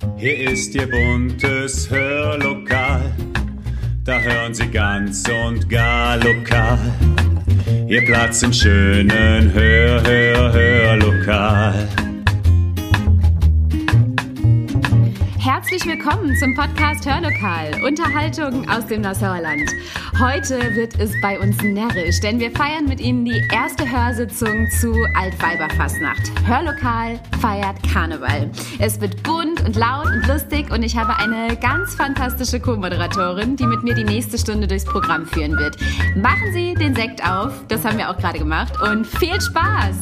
Hier ist Ihr buntes Hörlokal, da hören Sie ganz und gar lokal. Ihr Platz im schönen Hörlokal. Herzlich willkommen zum Podcast Hörlokal, Unterhaltung aus dem Nassauerland. Heute wird es bei uns närrisch, denn wir feiern mit Ihnen die erste Hörsitzung zu Altweiberfastnacht. Hörlokal feiert Karneval. Es wird bunt und laut und lustig und ich habe eine ganz fantastische Co-Moderatorin, die mit mir die nächste Stunde durchs Programm führen wird. Machen Sie den Sekt auf, das haben wir auch gerade gemacht, und viel Spaß!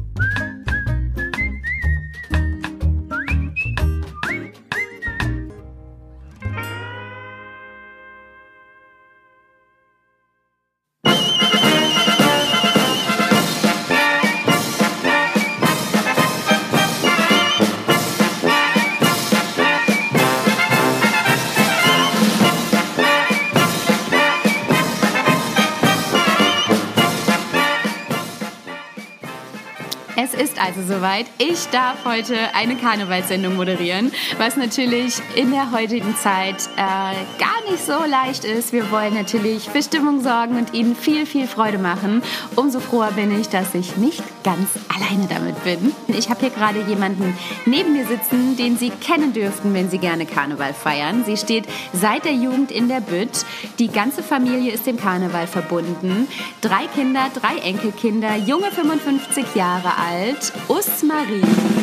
Es ist also soweit. Ich darf heute eine Karnevalssendung moderieren, was natürlich in der heutigen Zeit gar nicht so leicht ist. Wir wollen natürlich für Stimmung sorgen und Ihnen viel, viel Freude machen. Umso froher bin ich, dass ich nicht ganz alleine damit bin. Ich habe hier gerade jemanden neben mir sitzen, den Sie kennen dürften, wenn Sie gerne Karneval feiern. Sie steht seit der Jugend in der Bütt. Die ganze Familie ist dem Karneval verbunden. 3 Kinder, 3 Enkelkinder, junge 55 Jahre alt. Usmarie.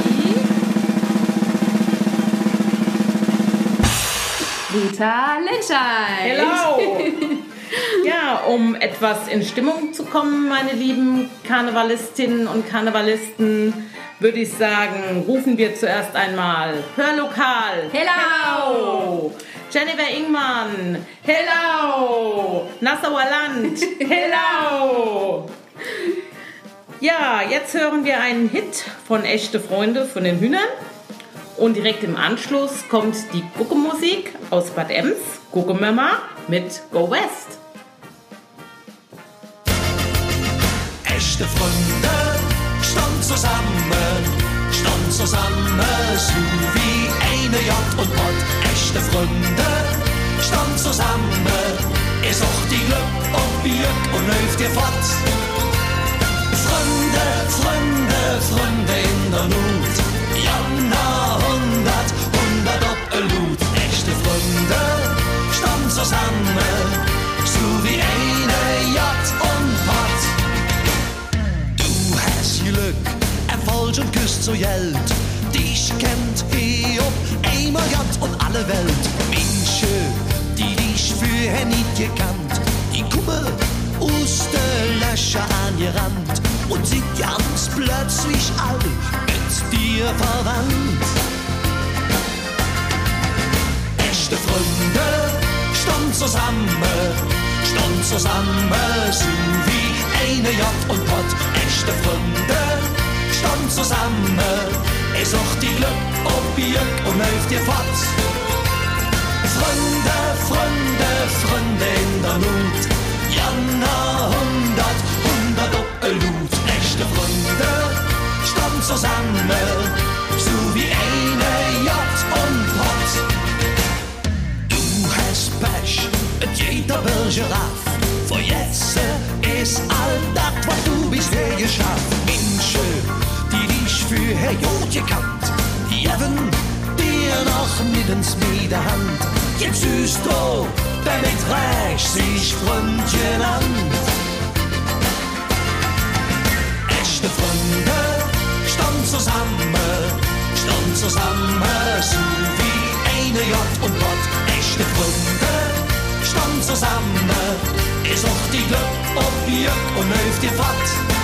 Rita Lindscheid. Hello! Ja, um etwas in Stimmung zu kommen, meine lieben Karnevalistinnen und Karnevalisten, würde ich sagen, rufen wir zuerst einmal Hörlokal. Hello! Jennifer Ingmann. Hello! Nassauerland. Hello! Ja, jetzt hören wir einen Hit von Echte Freunde von den Hühnern. Und direkt im Anschluss kommt die Gucke-Musik aus Bad Ems, Gucke-Mama mit Go West. Echte Freunde stand zusammen, so wie eine Jagd und Pott. Echte Freunde stand zusammen, ist auch die Glück und Björk und läuft ihr fort. Freunde in der Not. Jahrhundert, 100 Doppelhut. Echte Freunde standen zusammen, so wie eine Yacht und Pott. Du hast Glück, Erfolg und küsst so Geld. Dich kennt hier ob einmal Yacht und alle Welt. Menschen, die dich für nicht gekannt, die kommen aus der Löcher angerannt und sind ganz plötzlich alle mit dir verwandt. Echte Freunde standen zusammen, so wie eine Jagd und Pott. Echte Freunde standen zusammen, ist auch die Glück ob Björk und läuft ihr fort. Freunde in der Not. Jahrhundert, 100 Doppelhut. Echte Freunde standen zusammen, so wie eine Yacht und Pott. Du hast Pech, jeder Bergeraff. Vor jetzt ist all das, was du bisher geschafft. Menschen, die dich für Herr Jod gekannt, die haben dir noch mit ins Hand. Jetzt süßt du, damit reich sich Freund genannt. Echte Freunde standen zusammen, so wie eine Jagd und Pott. Echte Freunde standen zusammen, ist auch die Glück ob Björk und läuft ihr fort.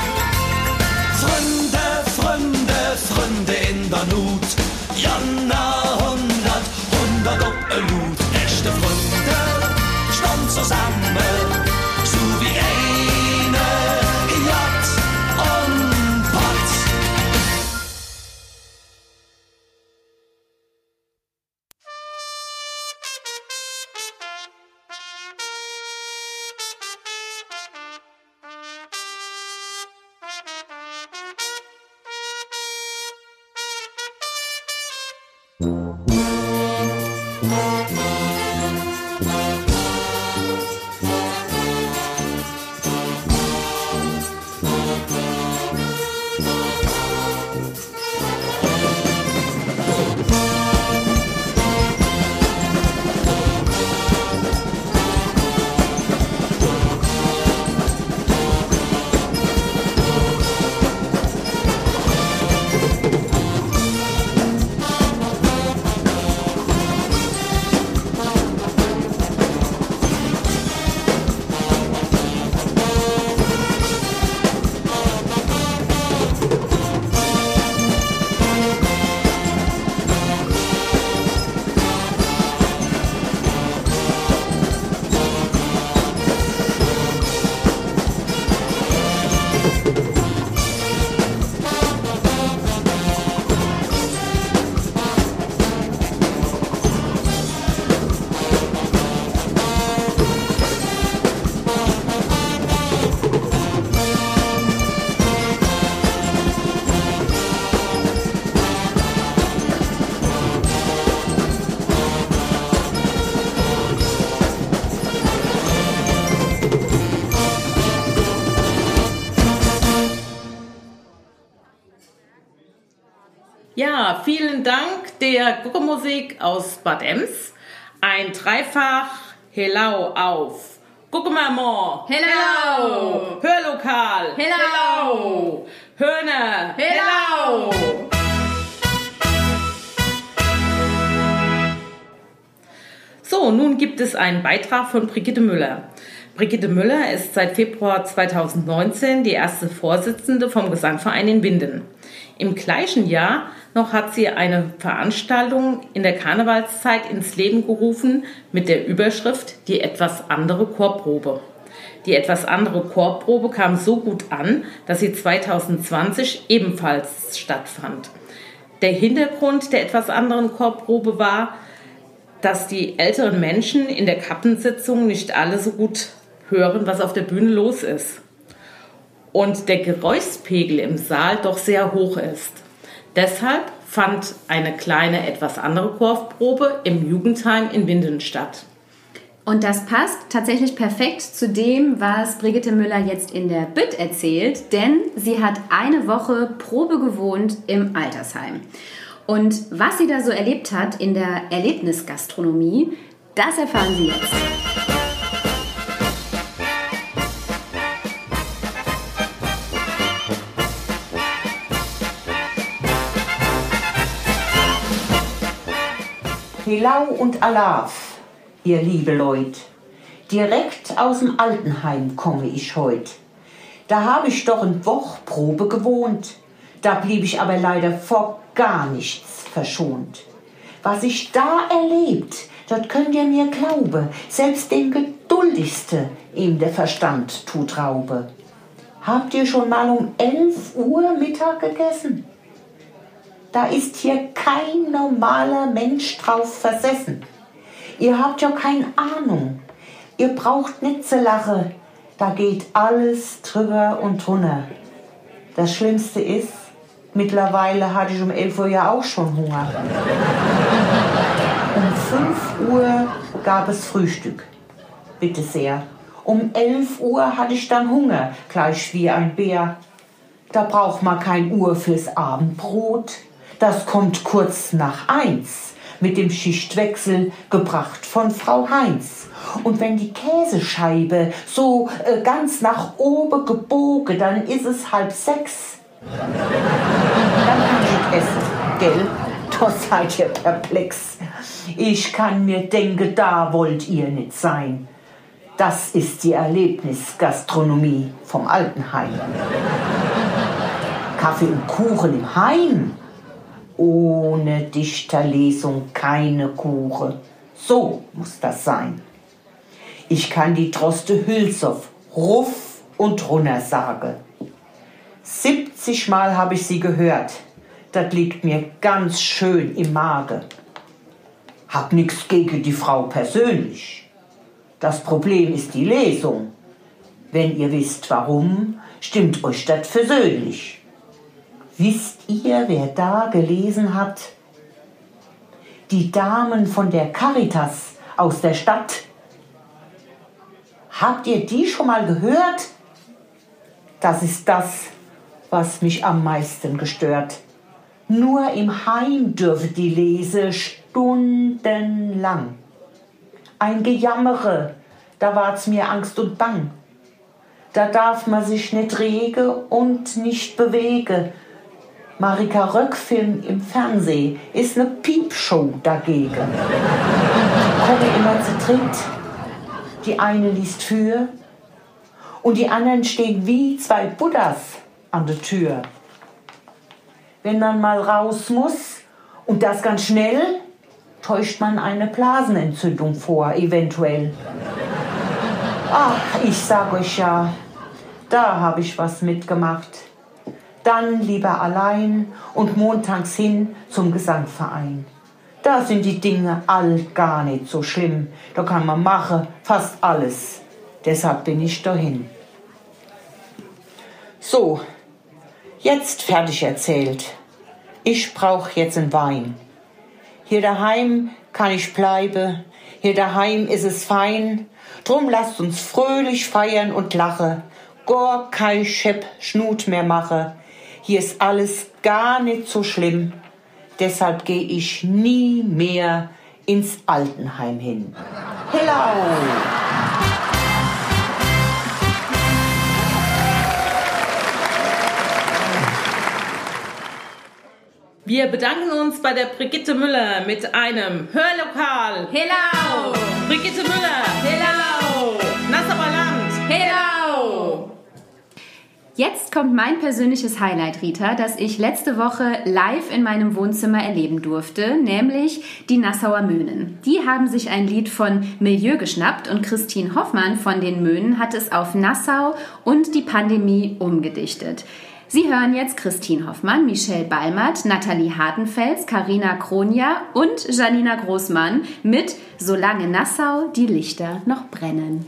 Freunde in der Not. Jahrhundert, 100 Doppelhut. Echte Freunde standen zusammen, so wie eine Yacht und Pott. Ja, vielen Dank der Gucke-Musik aus Bad Ems. Ein Dreifach Hello auf Gucke-Maman. Hello. Hörlokal. Hello. Hörner. Hello. So, nun gibt es einen Beitrag von Brigitte Müller. Brigitte Müller ist seit Februar 2019 die erste Vorsitzende vom Gesangverein in Winden. Im gleichen Jahr noch hat sie eine Veranstaltung in der Karnevalszeit ins Leben gerufen mit der Überschrift Die etwas andere Chorprobe. Die etwas andere Chorprobe kam so gut an, dass sie 2020 ebenfalls stattfand. Der Hintergrund der etwas anderen Chorprobe war, dass die älteren Menschen in der Kappensitzung nicht alle so gut hören, was auf der Bühne los ist. Und der Geräuschpegel im Saal doch sehr hoch ist. Deshalb fand eine kleine, etwas andere Chorprobe im Jugendheim in Winden statt. Und das passt tatsächlich perfekt zu dem, was Brigitte Müller jetzt in der Bütt erzählt, denn sie hat eine Woche Probe gewohnt im Altersheim. Und was sie da so erlebt hat in der Erlebnisgastronomie, das erfahren Sie jetzt. Helau und Alaf, ihr liebe Leut. Direkt aus dem Altenheim komme ich heut. Da habe ich doch eine Woche Probe gewohnt. Da blieb ich aber leider vor gar nichts verschont. Was ich da erlebt, das könnt ihr mir glauben. Selbst den Geduldigste ihm der Verstand tut Raube. Habt ihr schon mal um 11 Uhr Mittag gegessen? Da ist hier kein normaler Mensch drauf versessen. Ihr habt ja keine Ahnung. Ihr braucht nicht zu lachen. Da geht alles drüber und drunter. Das Schlimmste ist, mittlerweile hatte ich um 11 Uhr ja auch schon Hunger. Um 5 Uhr gab es Frühstück. Bitte sehr. Um 11 Uhr hatte ich dann Hunger, gleich wie ein Bär. Da braucht man kein Uhr fürs Abendbrot. Das kommt kurz nach 1 mit dem Schichtwechsel, gebracht von Frau Heinz. Und wenn die Käsescheibe so ganz nach oben gebogen, dann ist es 5:30. Dann kann ich essen, gell? Da seid ihr perplex. Ich kann mir denken, da wollt ihr nicht sein. Das ist die Erlebnisgastronomie vom Altenheim. Kaffee und Kuchen im Heim. Ohne Dichterlesung keine Kuchen. So muss das sein. Ich kann die Droste Hülshoff ruff und runter sagen. 70 Mal habe ich sie gehört. Das liegt mir ganz schön im Magen. Hab nix gegen die Frau persönlich. Das Problem ist die Lesung. Wenn ihr wisst warum, stimmt euch das versöhnlich. Wisst ihr, wer da gelesen hat? die Damen von der Caritas aus der Stadt. Habt ihr die schon mal gehört? Das ist das, was mich am meisten gestört. Nur im Heim dürfe die lese stundenlang. Ein Gejammere, da ward's mir Angst und Bang. Da darf man sich nicht rege und nicht bewege. Marika Röck-Film im Fernsehen ist eine Piepshow dagegen. Komme immer zu dritt. Die eine liest für und die anderen stehen wie zwei Buddhas an der Tür. Wenn man mal raus muss und das ganz schnell, täuscht man eine Blasenentzündung vor, eventuell. Ach, ich sag euch ja, da habe ich was mitgemacht. Dann lieber allein und montags hin zum Gesangverein. Da sind die Dinge all gar nicht so schlimm. Da kann man machen fast alles. Deshalb bin ich dahin. So, jetzt fertig erzählt. Ich brauch jetzt einen Wein. Hier daheim kann ich bleiben. Hier daheim ist es fein. Drum lasst uns fröhlich feiern und lachen. Gar kein Schepp Schnut mehr mache. Hier ist alles gar nicht so schlimm. Deshalb gehe ich nie mehr ins Altenheim hin. Hello! Wir bedanken uns bei der Brigitte Müller mit einem Hörlokal. Hello! Brigitte Müller. Hello! Nassauer Land. Hello! Jetzt kommt mein persönliches Highlight, Rita, das ich letzte Woche live in meinem Wohnzimmer erleben durfte, nämlich die Nassauer Möhnen. Die haben sich ein Lied von Milieu geschnappt und Christine Hoffmann von den Möhnen hat es auf Nassau und die Pandemie umgedichtet. Sie hören jetzt Christine Hoffmann, Michelle Ballmert, Nathalie Hartenfels, Carina Kronja und Janina Großmann mit Solange Nassau die Lichter noch brennen.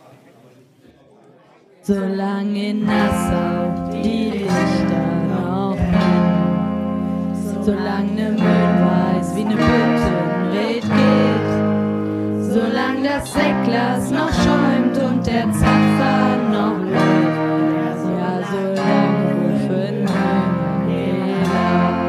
Solange in Nassau die Lichter noch brennen, solange ne Müll weiß wie ne Büttenred geht, solange das Sektglas noch schäumt und der Zapfer noch läuft, ja, solange rufen Möhnen Hela.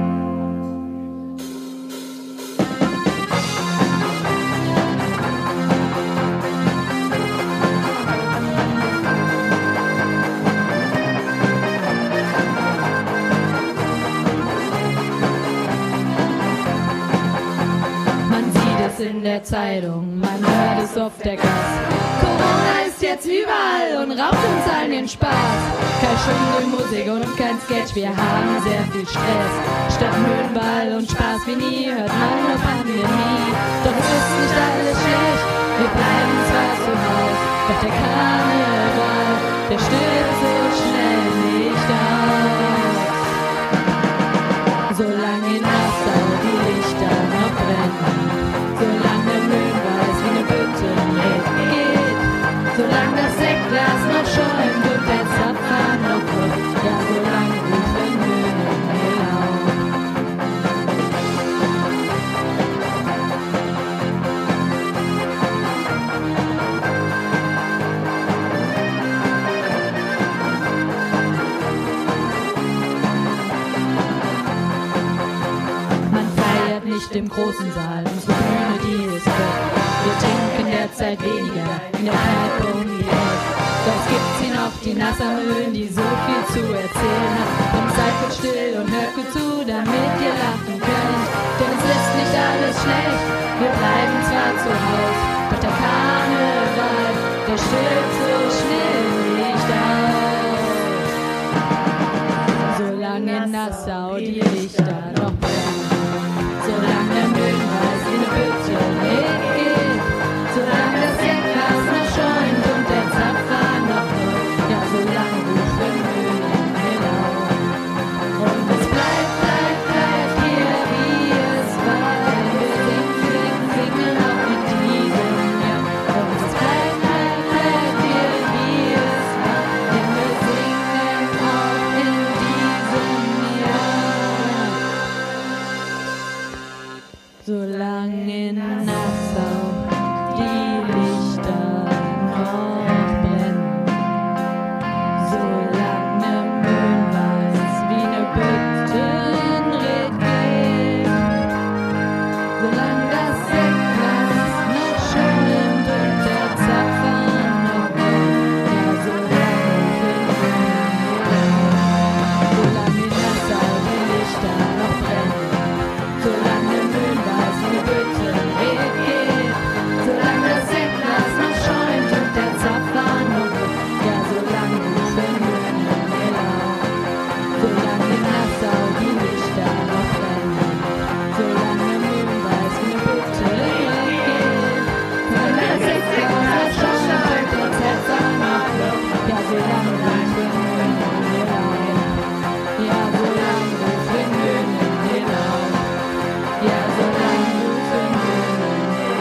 In der Zeitung, man hört es auf der Gas. Corona ist jetzt überall und raubt uns allen den Spaß. Kein Schwindelmusik und kein Sketch, wir haben sehr viel Stress. Statt Müllball und Spaß wie nie hört man nur Pandemie. Doch es ist nicht alles schlecht, wir bleiben zwar zu Haus, doch der Karneval, der stirbt so schnell nicht aus. Solange in Nassau die Lichter noch brennen, solange der Müll weiß, wie ne Büttenred geht, solange das Sektglas noch schäumt und der Zapfer noch kommt, ja, solange rufen Möhnen Hello. Man feiert nicht im großen Saal, unsere Bühne, die ist weg. Wir trinken derzeit weniger in der Kneipe um die Ecke. Doch gibt's hier noch die Nassauer, die so viel zu erzählen hat. Und seid gut still und hört gut zu, damit ihr lachen könnt. Denn es ist nicht alles schlecht, wir bleiben zwar zu Haus, doch der Karneval, der stirbt so schnell nicht aus. Solange in Nassau die Lichter noch brennen, solange der Müll weiß wie ne Büttenred geht, solange das Sektglas noch schäumt und der Zapfer noch läuft, ja, solange rufen Möhnen Hello. Und es bleibt hier, wie es war, denn wir singen auch in diesem Jahr. Und es bleibt hier, wie es war, denn wir singen auch in diesem Jahr. solange in Nassau die Lichter noch brennen, solange Mühlweiß wie ne Büttenregie, solange das Sektglas noch schäumt und der Zapfen noch brennt, ja, solange in Nassau die Lichter noch brennen, solange Mühlweiß wie Büttenregie, solange das Sektglas noch schäumt und der Zapfen noch brennt, ja, solange solange in Nassau die Lichter noch brennen, solange Mühlweiß wie eine Büttenregie, solange das Sektglas noch schäumt und der Zapfen noch brennt, ja, solange ja, solange du für Mühlen hinauf. Ja, solange du für Mühlen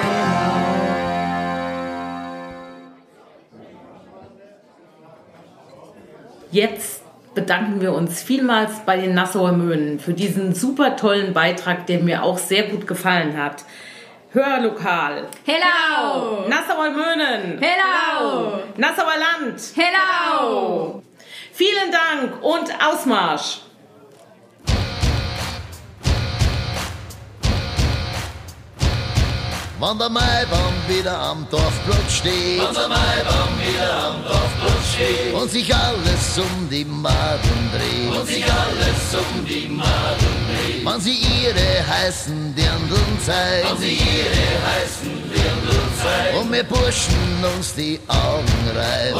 hinauf. Jetzt bedanken wir uns vielmals bei den Nassauer Möhnen für diesen super tollen Beitrag, der mir auch sehr gut gefallen hat. Hörlokal. Hello! Nassauer Möhnen. Hello! Nassauer Land. Hello! Vielen Dank und Ausmarsch. Wann der Maibaum wieder am Dorfplatz steht, und sich alles um die Maden dreht, wann sie ihre heißen Dirndln zeigt, und wir Burschen uns die Augen reiben,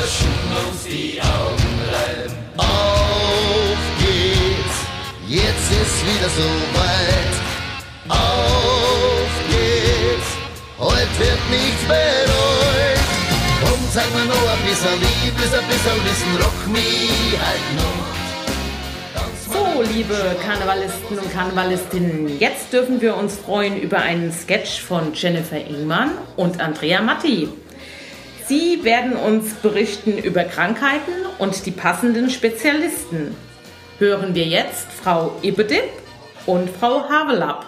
Auf geht's, jetzt ist wieder so weit. Auf geht's, heute wird nichts bereut. Komm, zeig mir noch ein bisschen Liebe, ein bisschen Wissen, rock mich halt noch. So, liebe Karnevalisten und Karnevalistinnen, jetzt dürfen wir uns freuen über einen Sketch von Jennifer Ingmann und Andrea Matti. Sie werden uns berichten über Krankheiten und die passenden Spezialisten. Hören wir jetzt Frau Ibbedip und Frau Havelapp.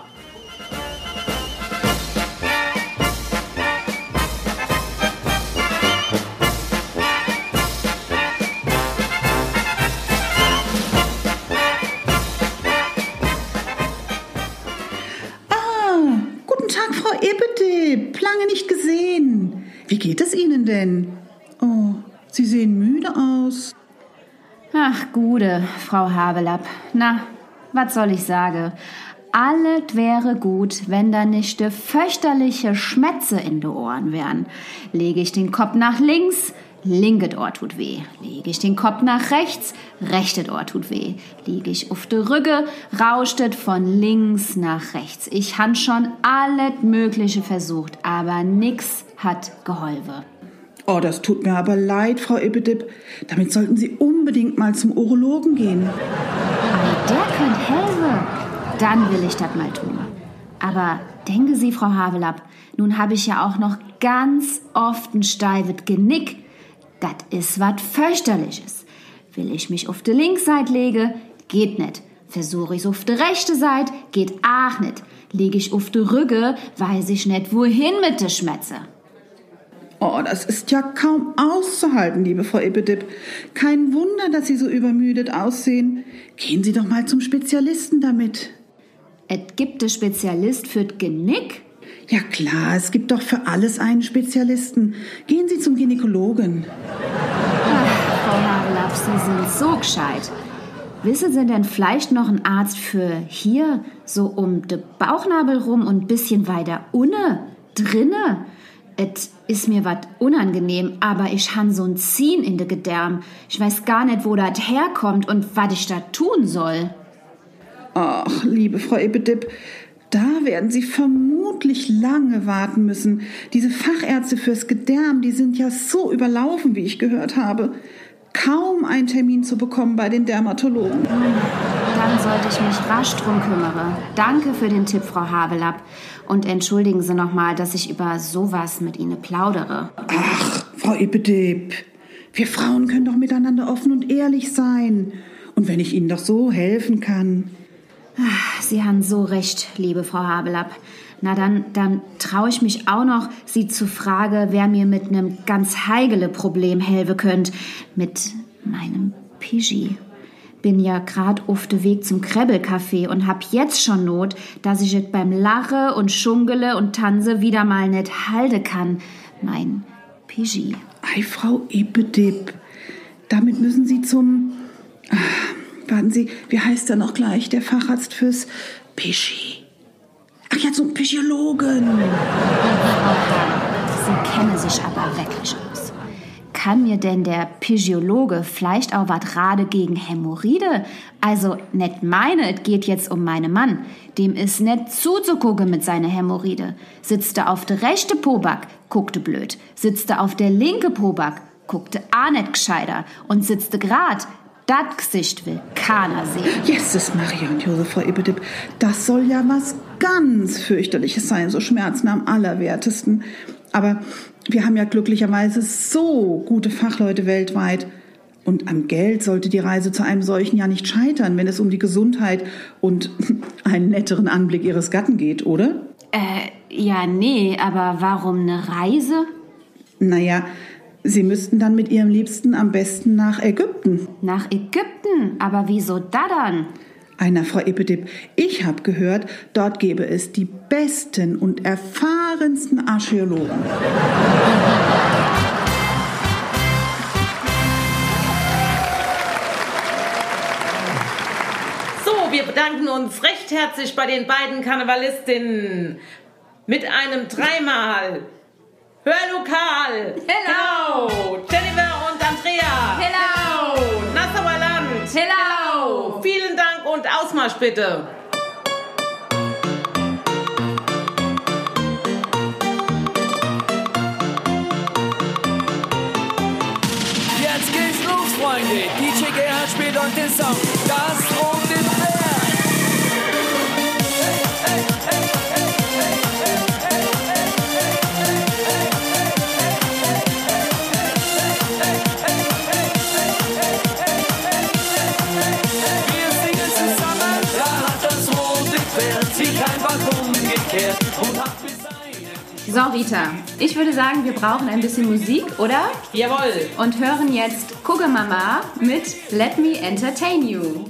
Guten Tag, Frau Ibbedip. Lange nicht gesehen. Wie geht es Ihnen denn? Oh, Sie sehen müde aus. Ach, Gude, Frau Havelapp. Na, was soll ich sagen? Alles wäre gut, wenn da nicht de fürchterliche Schmätze in de Ohren wären. Lege ich den Kopf nach links, linkes Ohr tut weh. Lege ich den Kopf nach rechts, rechtes Ohr tut weh. Liege ich auf de Rügge, rauscht es von links nach rechts. Ich han schon alles Mögliche versucht, aber nix hat geholfen. Oh, das tut mir aber leid, Frau Ibbedip. Damit sollten Sie unbedingt mal zum Urologen gehen. Aber der könnt helfen. Dann will ich das mal tun. Aber denke Sie, Frau Havelapp, nun habe ich ja auch noch ganz oft ein steifes Genick. Das ist was fürchterliches. Will ich mich auf die Linksseite lege, geht nicht. Versuche ich's auf die rechte Seite, geht auch nicht. Lege ich auf die Rügge, weiß ich nicht, wohin mit der Schmätze. Oh, das ist ja kaum auszuhalten, liebe Frau Ibbedip. Kein Wunder, dass Sie so übermüdet aussehen. Gehen Sie doch mal zum Spezialisten damit. Es gibt einen Spezialist für das Genick? Ja klar, es gibt doch für alles einen Spezialisten. Gehen Sie zum Gynäkologen. Ach, Frau Havelapp, Sie sind so gescheit. Wissen Sie denn vielleicht noch einen Arzt für hier, so um den Bauchnabel rum und ein bisschen weiter unten, drinne? Es ist mir was unangenehm, aber ich han so ein Ziehen in de Gedärm. Ich weiß gar nicht, wo das herkommt und was ich da tun soll. Ach, liebe Frau Ibbedip, da werden Sie vermutlich lange warten müssen. Diese Fachärzte fürs Gedärm, die sind ja so überlaufen, wie ich gehört habe. Kaum einen Termin zu bekommen bei den Dermatologen. Dann sollte ich mich rasch drum kümmern. Danke für den Tipp, Frau Havelapp. Und entschuldigen Sie nochmal, dass ich über sowas mit Ihnen plaudere. Ach, Frau Ibbedip, wir Frauen können doch miteinander offen und ehrlich sein. Und wenn ich Ihnen doch so helfen kann. Sie haben so recht, liebe Frau Habelapp. Na dann traue ich mich auch noch, Sie zu fragen, wer mir mit einem ganz heigele Problem helfen könnt. Mit meinem Pischi. Bin ja grad auf dem Weg zum Krebbelcafé und hab jetzt schon Not, dass ich es beim Lache und Schungele und Tanze wieder mal nicht halten kann. Mein Pischi. Ei, Frau Ippedipp, damit müssen Sie zum... warten Sie, wie heißt er noch gleich, der Facharzt fürs Pischi? Ach ja, zum Psychologen. Sie kennen sich aber wirklich aus. Kann mir denn der Psychologe vielleicht auch was rade gegen Hämorrhoide? Also nicht meine, es geht jetzt um meinen Mann. Dem ist nicht zuzugucken mit seiner Hämorrhoide. Sitzt er auf der rechte Poback, guckte blöd. Sitzt er auf der linke Poback, guckte auch nicht gescheiter. Und sitzt er grad, das Gesicht will keiner sehen. Jesus Maria und Josef, Frau Ippedipp, das soll ja was ganz fürchterliches sein, so Schmerzen am allerwertesten. Aber wir haben ja glücklicherweise so gute Fachleute weltweit. Und am Geld sollte die Reise zu einem solchen ja nicht scheitern, wenn es um die Gesundheit und einen netteren Anblick Ihres Gatten geht, oder? Ja, nee, aber warum eine Reise? Naja, Sie müssten dann mit Ihrem Liebsten am besten nach Ägypten. Nach Ägypten? Aber wieso da dann? Einer, Frau Ippedipp, ich habe gehört, dort gäbe es die besten und erfahrensten Archäologen. So, wir bedanken uns recht herzlich bei den beiden Karnevalistinnen mit einem dreimal Hörlokal. Hello. Jennifer und Andrea. Hello. Nassauer Land. Hello. Vielen Dank und Ausmarsch bitte. Jetzt geht's los, Freunde. DJ Gerhard spielt euch den Song. Das rote Pferd. Wir singen zusammen. Da hat das rote Pferd sich einfach umgekehrt und hat bis So, Rita, ich würde sagen, wir brauchen ein bisschen Musik, oder? Jawohl. Und hören jetzt Kugge Mama mit Let Me Entertain You.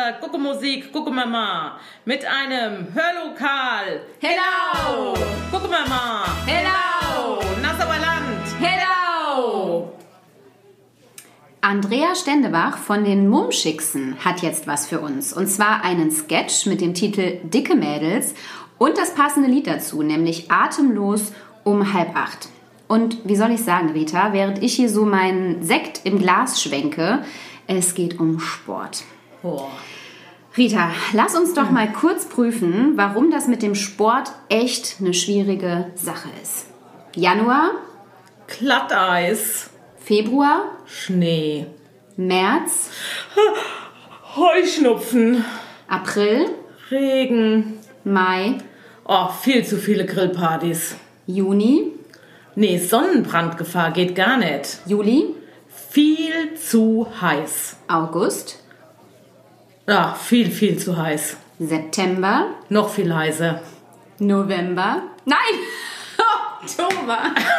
Gucke-Musik, Gucke-Mama mit einem Hörlokal. Hello! Gucke-Mama. Hello! Nassauer Land. Hello! Andrea Stendebach von den Mummschicksen hat jetzt was für uns. Und zwar einen Sketch mit dem Titel Dicke Mädels und das passende Lied dazu, nämlich Atemlos um 7:30. Und wie soll ich sagen, Rita, während ich hier so meinen Sekt im Glas schwenke, es geht um Sport. Oh. Rita, lass uns doch mal kurz prüfen, warum das mit dem Sport echt eine schwierige Sache ist. Januar, Glatteis. Februar, Schnee. März, Heuschnupfen. April, Regen. Mai, Oh, viel zu viele Grillpartys. Juni, Nee, Sonnenbrandgefahr geht gar nicht. Juli, Viel zu heiß. August, Ja, viel zu heiß. September, Noch viel heißer. November, nein, Oktober.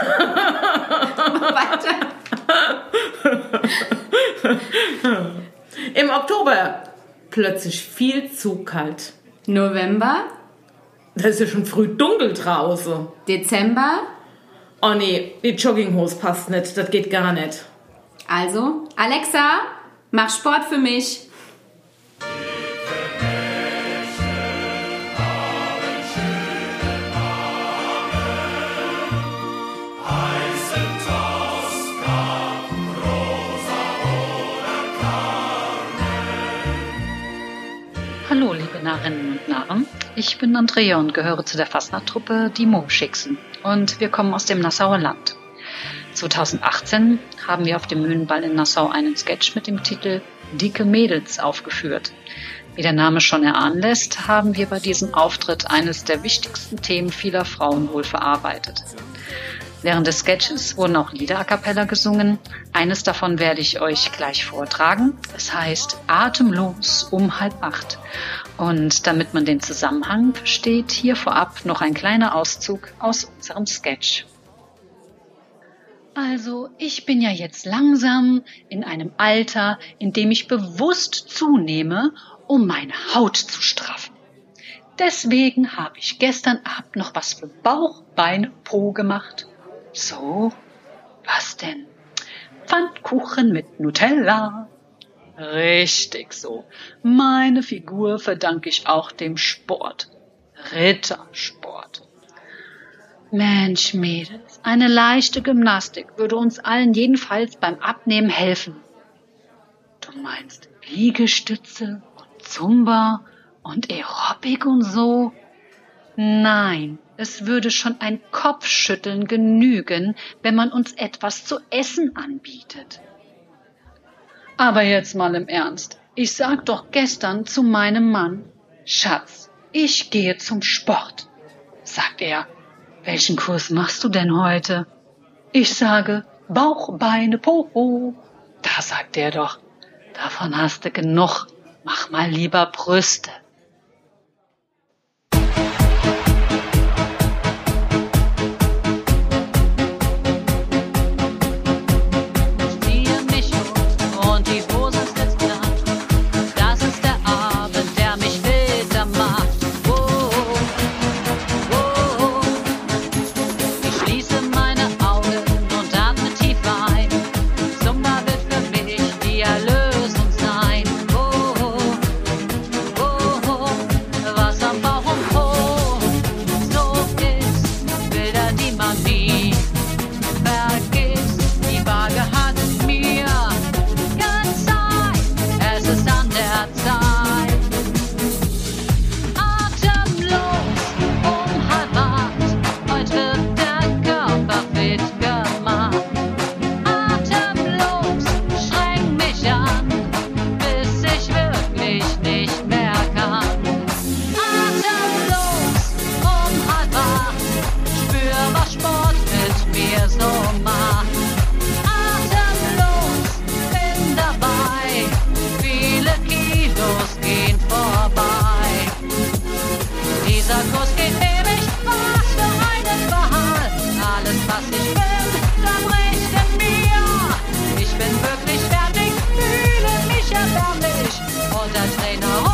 Weiter. Im Oktober plötzlich viel zu kalt. November, Da ist ja schon früh dunkel draußen. Dezember, Oh nee, die Jogginghose passt nicht. Das geht gar nicht. also Alexa, mach Sport für mich. Hallo, liebe Narrinnen und Narren. Ich bin Andrea und gehöre zu der Fastnacht-Truppe Die Mummschicksen. Und wir kommen aus dem Nassauer Land. 2018 haben wir auf dem Mühlenball in Nassau einen Sketch mit dem Titel Dicke Mädels aufgeführt. Wie der Name schon erahnen lässt, haben wir bei diesem Auftritt eines der wichtigsten Themen vieler Frauen wohl verarbeitet. Während des Sketches wurden auch Lieder a cappella gesungen. Eines davon werde ich euch gleich vortragen. Es heißt Atemlos um 7:30. Und damit man den Zusammenhang versteht, hier vorab noch ein kleiner Auszug aus unserem Sketch. Also, ich bin ja jetzt langsam in einem Alter, in dem ich bewusst zunehme, um meine Haut zu straffen. Deswegen habe ich gestern Abend noch was für Bauch, Beine, Po gemacht. So, was denn? Pfannkuchen mit Nutella. Richtig so. Meine Figur verdanke ich auch dem Sport. Rittersport. Mensch, Mädels, eine leichte Gymnastik würde uns allen jedenfalls beim Abnehmen helfen. Du meinst Liegestütze und Zumba und Aerobic und so? Nein, es würde schon ein Kopfschütteln genügen, wenn man uns etwas zu essen anbietet. Aber jetzt mal im Ernst. Ich sag doch gestern zu meinem Mann, Schatz, ich gehe zum Sport. Sagt er, welchen Kurs machst du denn heute? Ich sage, Bauch, Beine, Po. Da sagt er doch, davon hast du genug, mach mal lieber Brüste. Und der Trainer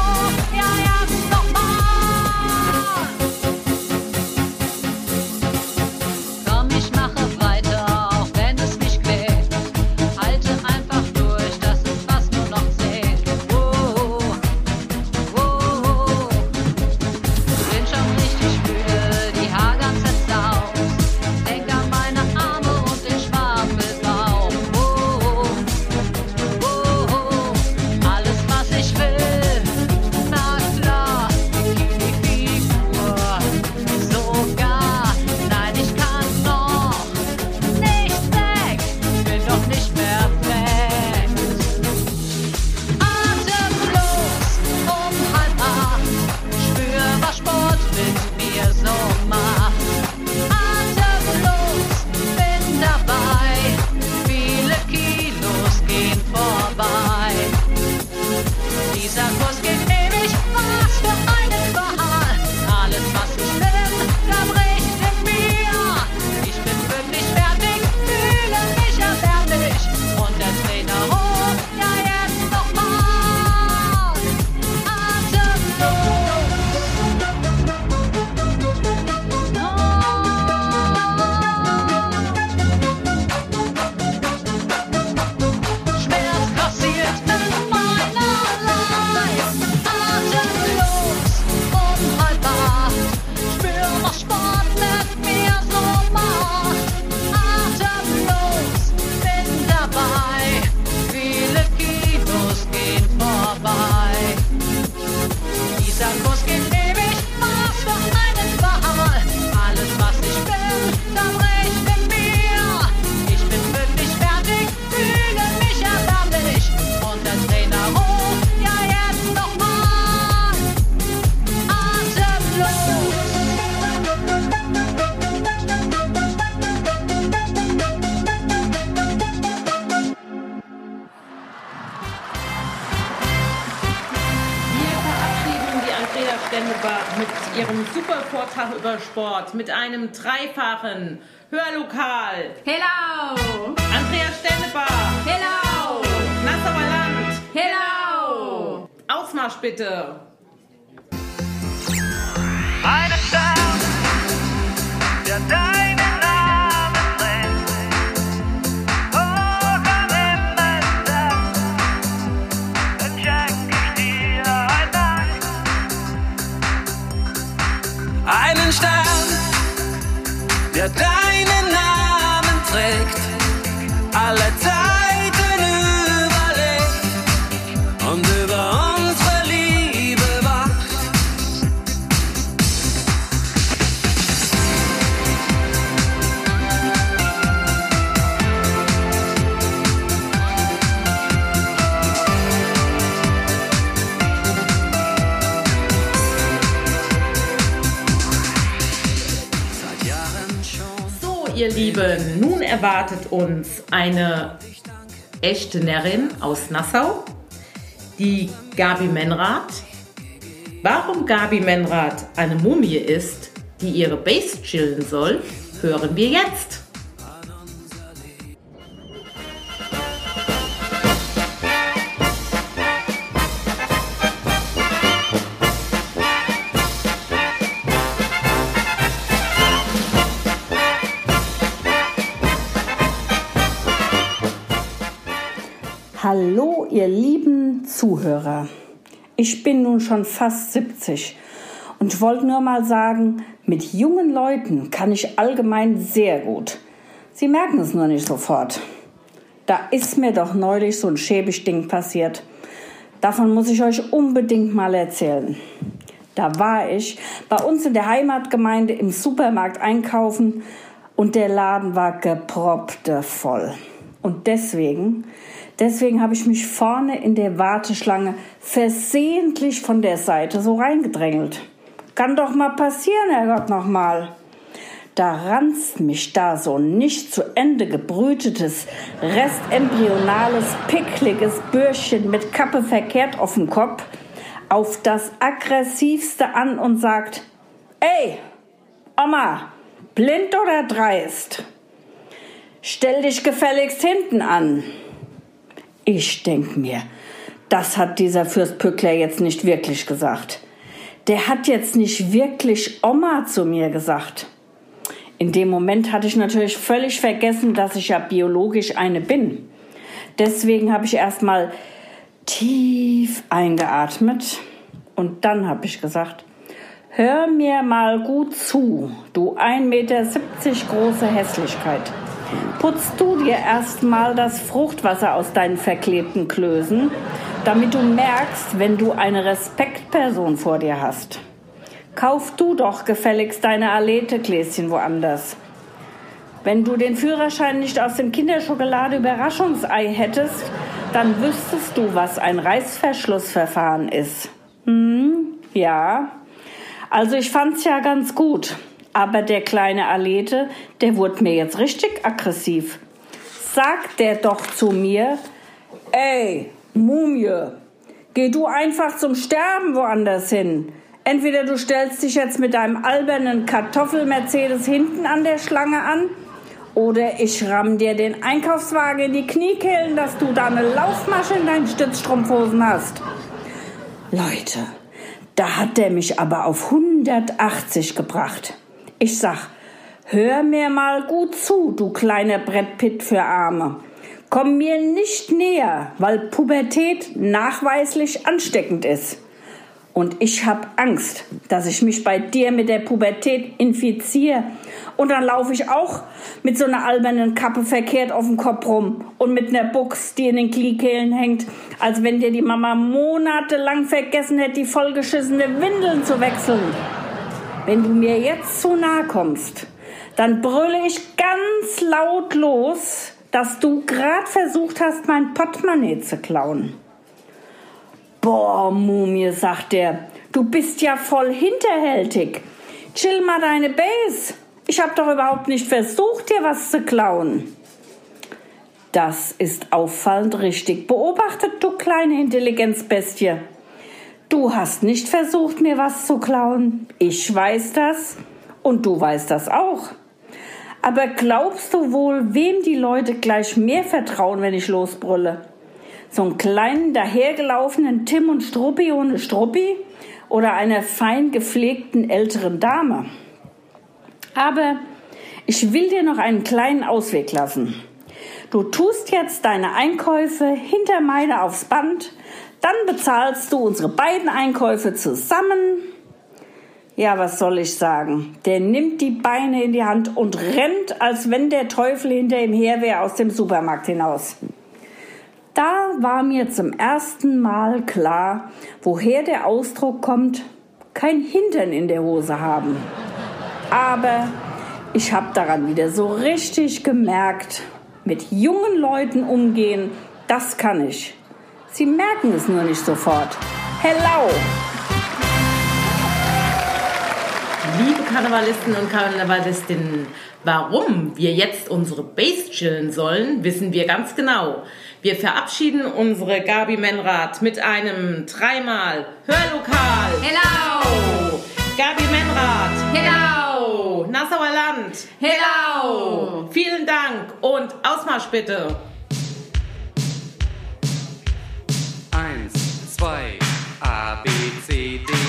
super Vortrag über Sport mit einem dreifachen Hörlokal. Hello! Andreas Stennebach. Hello! Nassauer Land. Hello! Ausmarsch bitte. Eine Stadt, der deinen Namen trägt. Oh, dann nimm es das, dann schenk ich dir ein Dank. Einen Stern, der deinen Namen trägt, alle Zeiten überlebt und über unsere Liebe wacht. Seit Jahren schon. So, ihr Lieben, nun erwartet uns eine echte Närrin aus Nassau, die Gabi Menrath. Warum Gabi Menrath eine Mumie ist, die ihre Base chillen soll, hören wir jetzt. Hallo, ihr lieben Zuhörer. Ich bin nun schon fast 70 und wollte nur mal sagen, mit jungen Leuten kann ich allgemein sehr gut. Sie merken es nur nicht sofort. Da ist mir doch neulich so ein schäbig Ding passiert. Davon muss ich euch unbedingt mal erzählen. Da war ich bei uns in der Heimatgemeinde im Supermarkt einkaufen und der Laden war geproppevoll. Und deswegen habe ich mich vorne in der Warteschlange versehentlich von der Seite so reingedrängelt. Kann doch mal passieren, Herrgott, noch mal. Da ranzt mich da so ein nicht zu Ende gebrütetes, restembrionales, pickliges Bürschchen mit Kappe verkehrt auf dem Kopf auf das aggressivste an und sagt: Ey, Oma, blind oder dreist? Stell dich gefälligst hinten an. Ich denk mir, das hat dieser Fürst Pückler jetzt nicht wirklich gesagt. Der hat jetzt nicht wirklich Oma zu mir gesagt. In dem Moment hatte ich natürlich völlig vergessen, dass ich ja biologisch eine bin. Deswegen habe ich erstmal tief eingeatmet und dann habe ich gesagt: Hör mir mal gut zu, du 1,70 Meter große Hässlichkeit. Putzt du dir erstmal das Fruchtwasser aus deinen verklebten Klößen, damit du merkst, wenn du eine Respektperson vor dir hast. Kauf du doch gefälligst deine Alete-Gläschen woanders. Wenn du den Führerschein nicht aus dem Kinderschokolade-Überraschungsei hättest, dann wüsstest du, was ein Reißverschlussverfahren ist. Ja. Also ich fand's ja ganz gut. Aber der kleine Alete, der wurde mir jetzt richtig aggressiv. Sagt der doch zu mir: Ey, Mumie, geh du einfach zum Sterben woanders hin. Entweder du stellst dich jetzt mit deinem albernen Kartoffel-Mercedes hinten an der Schlange an, oder ich ramm dir den Einkaufswagen in die Kniekehlen, dass du da eine Laufmasche in deinen Stützstrumpfhosen hast. Leute, da hat der mich aber auf 180 gebracht. Ich sag: Hör mir mal gut zu, du kleiner Brett Pitt für Arme. Komm mir nicht näher, weil Pubertät nachweislich ansteckend ist. Und ich hab Angst, dass ich mich bei dir mit der Pubertät infiziere. Und dann laufe ich auch mit so einer albernen Kappe verkehrt auf dem Kopf rum und mit einer Buchs, die in den Kniekehlen hängt, als wenn dir die Mama monatelang vergessen hätte, die vollgeschissene Windeln zu wechseln. Wenn du mir jetzt zu nahe kommst, dann brülle ich ganz laut los, dass du gerade versucht hast, mein Portemonnaie zu klauen. Boah, Mumie, sagt der, du bist ja voll hinterhältig. Chill mal deine Base. Ich hab doch überhaupt nicht versucht, dir was zu klauen. Das ist auffallend richtig beobachtet, du kleine Intelligenzbestie. Du hast nicht versucht, mir was zu klauen. Ich weiß das und du weißt das auch. Aber glaubst du wohl, wem die Leute gleich mehr vertrauen, wenn ich losbrülle? So einen kleinen, dahergelaufenen Tim und Struppi ohne Struppi oder einer fein gepflegten älteren Dame? Aber ich will dir noch einen kleinen Ausweg lassen. Du tust jetzt deine Einkäufe hinter meine aufs Band, dann bezahlst du unsere beiden Einkäufe zusammen. Ja, was soll ich sagen? Der nimmt die Beine in die Hand und rennt, als wenn der Teufel hinter ihm her wäre, aus dem Supermarkt hinaus. Da war mir zum ersten Mal klar, woher der Ausdruck kommt, kein Hintern in der Hose haben. Aber ich habe daran wieder so richtig gemerkt, mit jungen Leuten umgehen, das kann ich. Sie merken es nur nicht sofort. Hello! Liebe Karnevalisten und Karnevalistinnen, warum wir jetzt unsere Base chillen sollen, wissen wir ganz genau. Wir verabschieden unsere Gabi Menrath mit einem dreimal Hörlokal. Hello! Gabi Menrath. Hello! Nassauer Land. Hello! Vielen Dank und Ausmarsch bitte. 1, 2, A, B, C, D.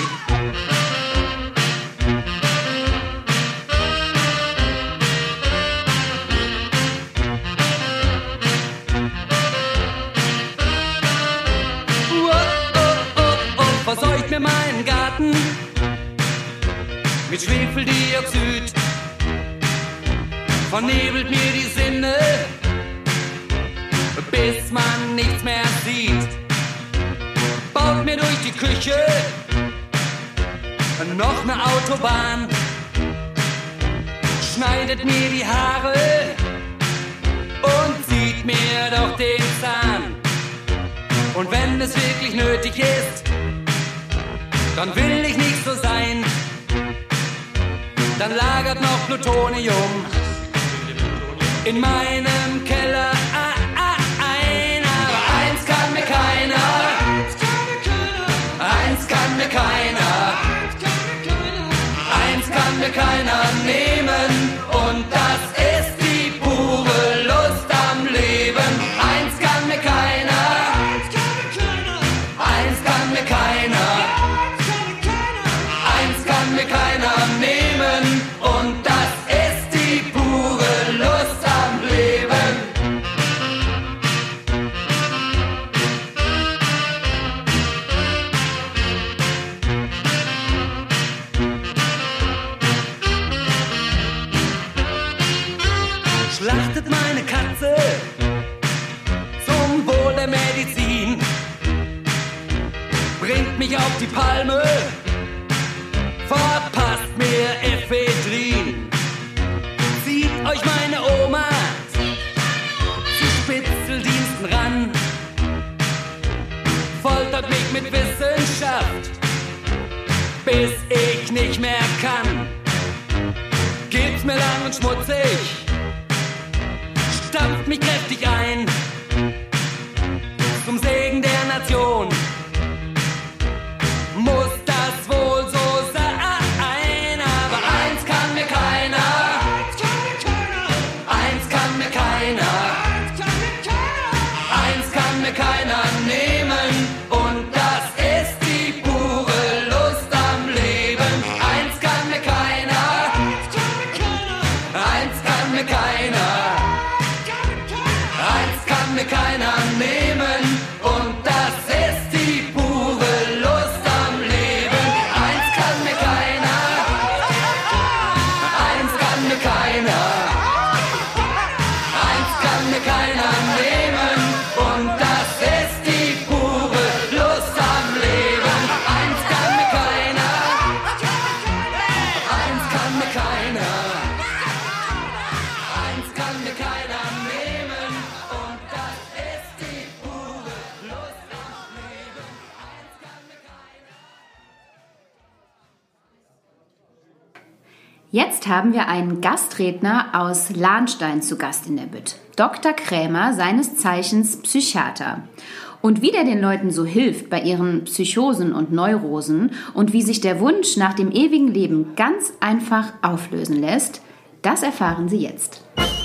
Verseucht mir meinen Garten mit Schwefeldioxid, vernebelt mir die Sinne, bis man nichts mehr sieht. Baut mir durch die Küche noch eine Autobahn, schneidet mir die Haare und zieht mir doch den Zahn. Und wenn es wirklich nötig ist, dann will ich nicht so sein. Dann lagert noch Plutonium in meinem Keller ein. Aber eins kann mir keiner, eins kann mir keiner, eins kann mir keiner nehmen. Und das ist die pure Lust am Leben. Eins kann mir keiner, eins kann mir keiner, eins kann mir keiner nehmen. Und das ist die pure Lust am Leben. Schlachtet meine Katze zum Wohl der Medizin, bringt mich auf die Palme, verpasst mir Ephedrin. Zieht euch meine Oma zu Spitzeldiensten ran, foltert mich mit Wissenschaft, bis ich nicht mehr kann. Gibt's mir lang und schmutzig, stampft mich kräftig ein, zum Segen der Nation. Muss das wohl so sein, aber eins kann mir keiner, eins kann mir keiner, eins kann mir keiner nehmen. Und das ist die pure Lust am Leben. Eins kann mir keiner, eins kann mir keiner, eins kann mir keiner nehmen. Und das ist die pure Lust am Leben. Eins kann mir keiner, eins kann mir keiner, eins kann mir keiner nehmen. Und das ist die pure Lust am Leben. Eins kann mir keiner, eins kann mir keiner, eins kann mir keiner nehmen. Und das ist die pure Lust am Leben. Eins kann mir keiner. Jetzt haben wir einen Gastredner aus Lahnstein zu Gast in der Bütt. Dr. Krämer, seines Zeichens Psychiater. Und wie der den Leuten so hilft bei ihren Psychosen und Neurosen und wie sich der Wunsch nach dem ewigen Leben ganz einfach auflösen lässt, das erfahren Sie jetzt.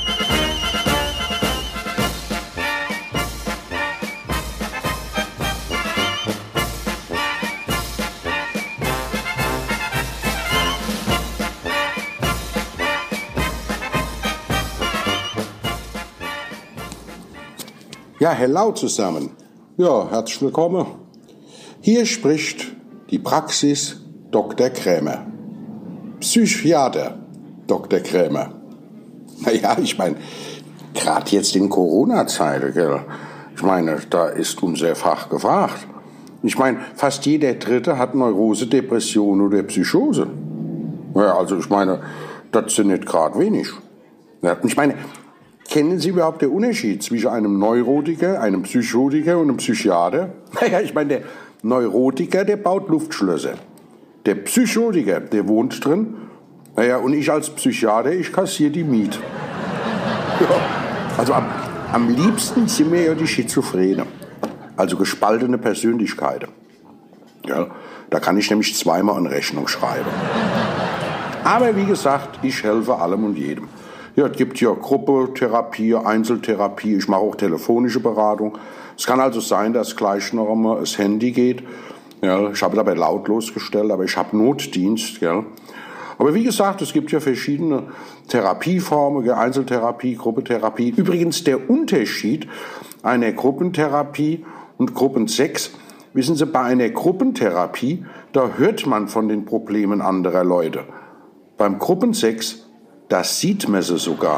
Ja, hello zusammen. Ja, herzlich willkommen. Hier spricht die Praxis Dr. Krämer. Psychiater Dr. Krämer. Naja, ich meine, gerade jetzt in Corona-Zeiten, gell? Ich meine, da ist unser Fach gefragt. Ich meine, fast jeder Dritte hat Neurose, Depression oder Psychose. Ja, also ich meine, das sind nicht gerade wenig. Ja, ich meine, kennen Sie überhaupt den Unterschied zwischen einem Neurotiker, einem Psychotiker und einem Psychiater? Naja, ich meine, der Neurotiker, der baut Luftschlösser. Der Psychotiker, der wohnt drin. Naja, und ich als Psychiater, ich kassiere die Miete. Ja, also am liebsten sind mir ja die Schizophrene. Also gespaltene Persönlichkeiten. Ja, da kann ich nämlich zweimal eine Rechnung schreiben. Aber wie gesagt, ich helfe allem und jedem. Ja, es gibt ja Gruppentherapie, Einzeltherapie, ich mache auch telefonische Beratung. Es kann also sein, dass gleich noch einmal das Handy geht. Ja, ich habe dabei lautlos gestellt, aber ich habe Notdienst. Ja. Aber wie gesagt, es gibt ja verschiedene Therapieformen, Einzeltherapie, Gruppentherapie. Übrigens der Unterschied einer Gruppentherapie und Gruppensex, wissen Sie, bei einer Gruppentherapie, da hört man von den Problemen anderer Leute. Beim Gruppensex, das sieht man sie sogar.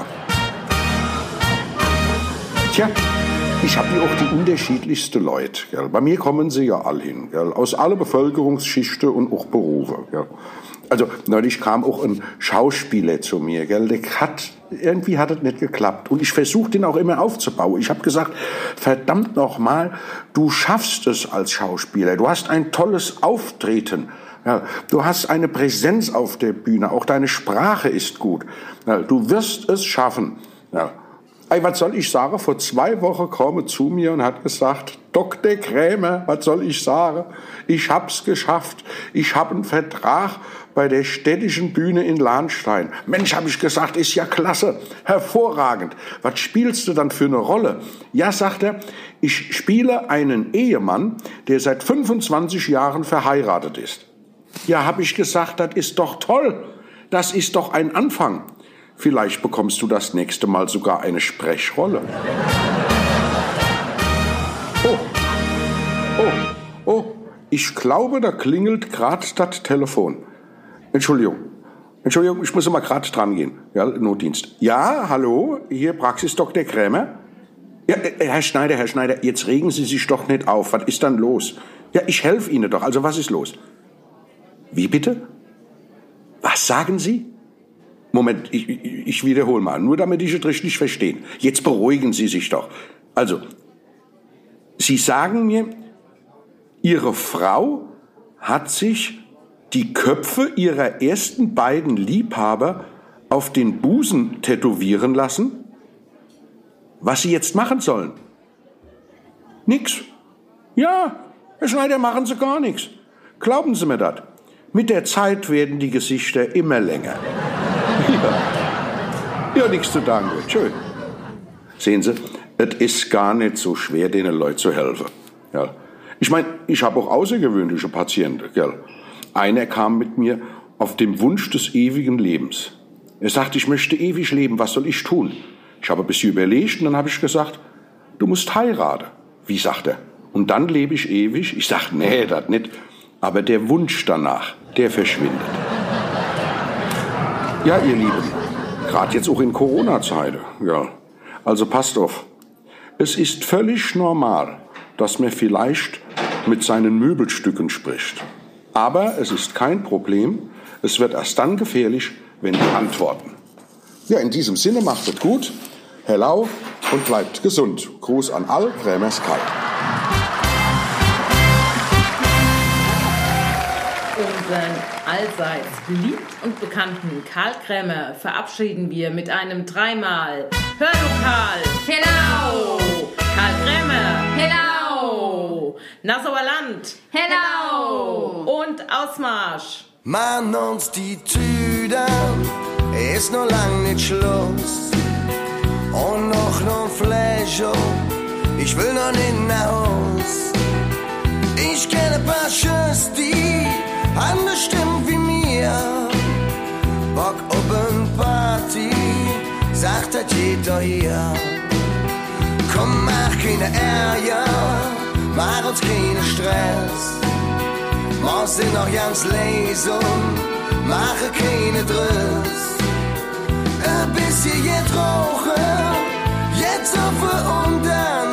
Tja, ich habe hier auch die unterschiedlichsten Leute. Gell. Bei mir kommen sie ja alle hin, gell. Aus allen Bevölkerungsschichten und auch Berufe. Gell. Also neulich kam auch ein Schauspieler zu mir. Gell. Irgendwie hat es nicht geklappt. Und ich versuche den auch immer aufzubauen. Ich habe gesagt, verdammt nochmal, du schaffst es als Schauspieler. Du hast ein tolles Auftreten. Ja, du hast eine Präsenz auf der Bühne, auch deine Sprache ist gut. Ja, du wirst es schaffen. Ja. Ey, was soll ich sagen? Vor 2 Wochen kam er zu mir und hat gesagt, Dr. Krämer, was soll ich sagen? Ich hab's geschafft. Ich habe einen Vertrag bei der städtischen Bühne in Lahnstein. Mensch, habe ich gesagt, ist ja klasse, hervorragend. Was spielst du dann für eine Rolle? Ja, sagt er, ich spiele einen Ehemann, der seit 25 Jahren verheiratet ist. Ja, habe ich gesagt, das ist doch toll. Das ist doch ein Anfang. Vielleicht bekommst du das nächste Mal sogar eine Sprechrolle. Oh, ich glaube, da klingelt gerade das Telefon. Entschuldigung, ich muss mal gerade dran gehen. Ja, Notdienst. Ja, hallo, hier Praxis Dr. Krämer. Ja, Herr Schneider, jetzt regen Sie sich doch nicht auf. Was ist dann los? Ja, ich helfe Ihnen doch. Also, was ist los? Wie bitte? Was sagen Sie? Moment, ich wiederhole mal, nur damit ich es richtig verstehe. Jetzt beruhigen Sie sich doch. Also, Sie sagen mir, Ihre Frau hat sich die Köpfe ihrer ersten beiden Liebhaber auf den Busen tätowieren lassen? Was Sie jetzt machen sollen? Nix. Ja, Herr Schneider, machen Sie gar nichts. Glauben Sie mir das. Mit der Zeit werden die Gesichter immer länger. Ja, nichts zu danken. Schön. Sehen Sie, es ist gar nicht so schwer, denen Leuten zu helfen. Ja. Ich meine, ich habe auch außergewöhnliche Patienten. Gell? Einer kam mit mir auf dem Wunsch des ewigen Lebens. Er sagte, ich möchte ewig leben, was soll ich tun? Ich habe ein bisschen überlegt und dann habe ich gesagt, du musst heiraten. Wie, sagt er? Und dann lebe ich ewig? Ich sage, nee, das nicht. Aber der Wunsch danach, der verschwindet. Ja, ihr Lieben, gerade jetzt auch in Corona-Zeiten, ja. Also passt auf. Es ist völlig normal, dass man vielleicht mit seinen Möbelstücken spricht. Aber es ist kein Problem. Es wird erst dann gefährlich, wenn die antworten. Ja, in diesem Sinne macht es gut, hello und bleibt gesund. Gruß an all Krämers Karl. Unseren allseits beliebt und bekannten Karl Krämer verabschieden wir mit einem 3-mal Hör du Karl, hello! Karl Krämer, hello! Nassauer Land. Hello. Und Ausmarsch. Mann, uns die Tüden, ist noch lang nicht Schluss. Und noch Fläche, ich will noch nicht nach Haus. Ich kenne ein paar Schüsse, die anders stimmen wie mir. Bock auf eine Party, sagt das jeder hier. Komm, mach keine Ärger, mach uns keinen Stress. Wir sind noch ganz leise, mache keine Driss. Ein bisschen jetzt rauchen, jetzt auf und dann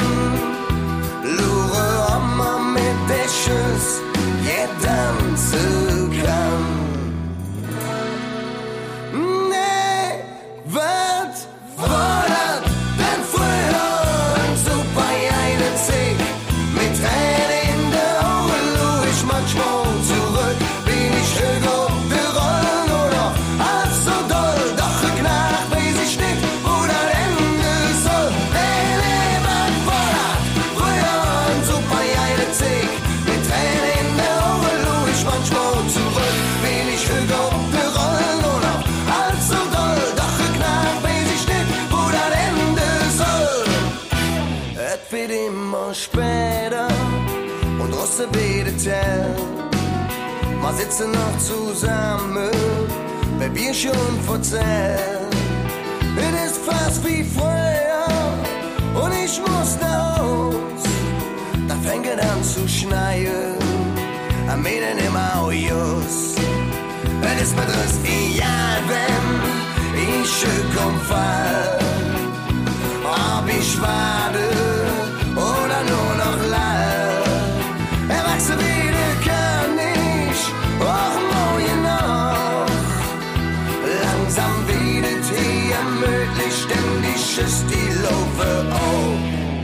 lure immer mit der Schuss, jetzt tanzen kann. Nee, was war das denn früher? Ein super geile Zick mit Tränen in der Augen, lur ich manchmal zurück, bin ich höher auf der Rollen oder als so doll, doch geknackt, weiß ich nicht, wo das Ende soll. Nee, was war das früher? Ein super geile Zick mit Tränen in der Augen, lur ich manchmal zurück, bin ich höher auf der Rollen oder als so doll, doch geknackt, weiß ich nicht, wo das Ende soll. Es wird immer später und draußen beide Tell. Wir sitzen noch zusammen, weil wir schon verzählen. Es ist fast wie früher und ich muss nach Haus. Da fängt es an zu schneien, am Mädchen im Aujus. Es ist mir das egal, wenn ich schön fall. Ob ich warte oder nur noch lall. Erwachsen wieder kann ich, auch morgen noch. Langsam wieder hier möglich, ständig ist die Laufe auf.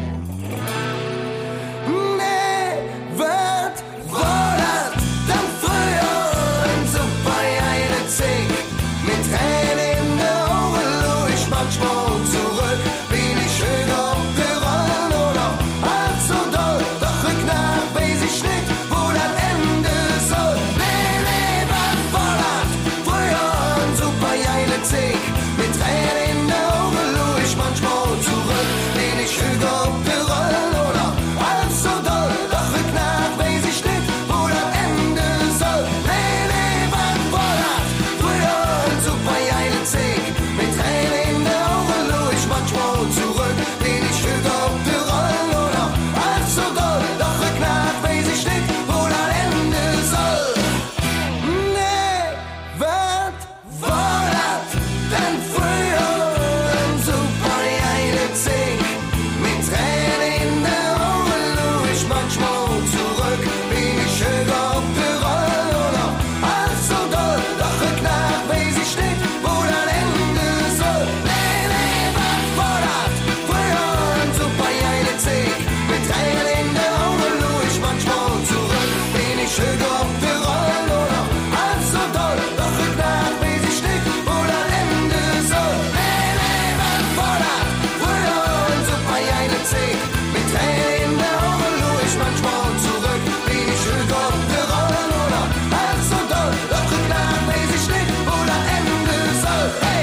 Nee, was war das dann früher? Ein super geile Zick mit Tränen in der Augen, lur ich manchmal zurück, bin ich höher auf der Rollen oder als so doll, doch geknackt, weiß ich nicht, wo das Ende soll. Nee, was war das früher? Ein super geile Zick mit Tränen in der Augen, lur ich manchmal zurück, bin ich höher auf der Rollen oder als so doll, doch geknackt, weiß ich nicht, wo das Ende soll. Nee, was war das früher? Ein super geile Zick mit Tränen in der Augen, lur ich manchmal zurück, bin ich höher auf der Rollen oder als so doll, doch geknackt, weiß ich nicht, wo das Ende soll. Nee, was war das denn früher? Ein super geile Zick mit Tränen in der Augen, lur ich manchmal zurück, bin ich höher auf der Rollen oder als so doll, doch geknackt, weiß ich nicht, wo das Ende soll. Nee, was war das früher? Ein super geile Zick mit Tränen in der Augen, lur ich manchmal zurück, bin ich höher auf der Rollen oder als so doll, doch geknackt, weiß ich nicht, wo das Ende soll. Nee, was war das früher? Ein super geile Zick mit Tränen in der Augen, lur ich manchmal zurück, bin ich höher auf der Rollen oder als so doll, doch geknackt, weiß ich nicht, wo das Ende soll. Hey!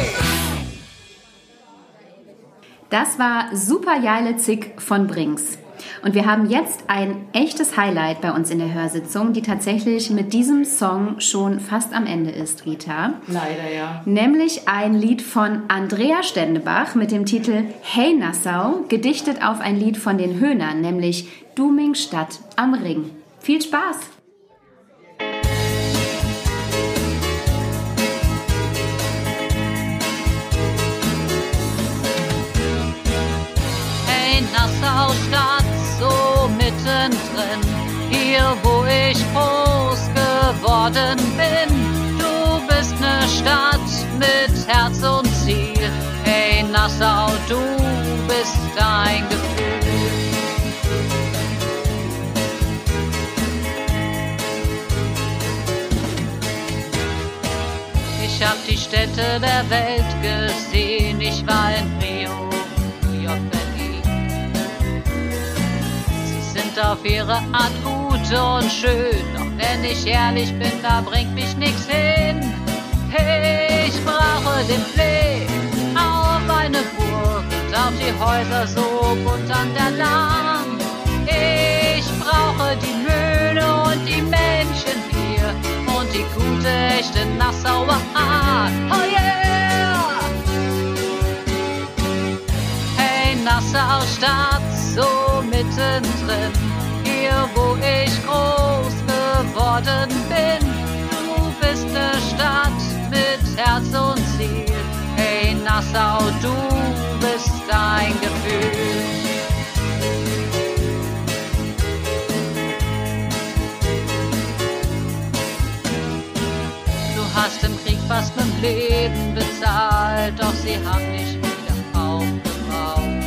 Das war Super geile Zick von Brings. Und wir haben jetzt ein echtes Highlight bei uns in der Hörsitzung, die tatsächlich mit diesem Song schon fast am Ende ist, Rita. Leider, ja. Nämlich ein Lied von Andrea Stendebach mit dem Titel Hey Nassau, gedichtet auf ein Lied von den Höhnern, nämlich Dumingstadt am Ring. Viel Spaß! Hey Nassau Stadt, so mittendrin, hier wo ich groß geworden bin. Du bist ne Stadt mit Herz und Ziel. Hey Nassau, du bist ein Gefühl. Ich hab die Städte der Welt gesehen, ich war in Rio, New York, Berlin. Sie sind sind auf ihre Art gut und schön. Doch wenn ich ehrlich bin, da bringt mich nix hin. Ich brauche den Blick auf eine Burg und auf die Häuser so bunt an der Lahn. Ich brauche die Möhne und die Menschen hier und die gute, echte Nassauer Art. Oh yeah! Hey, Nassau Stadt, so mittendrin, hier wo ich groß geworden bin. Du bist ne Stadt mit Herz und Ziel. Hey, Nassau, du bist ein Gefühl. Du hast im Krieg fast mit Leben bezahlt, doch sie haben dich wieder aufgebaut.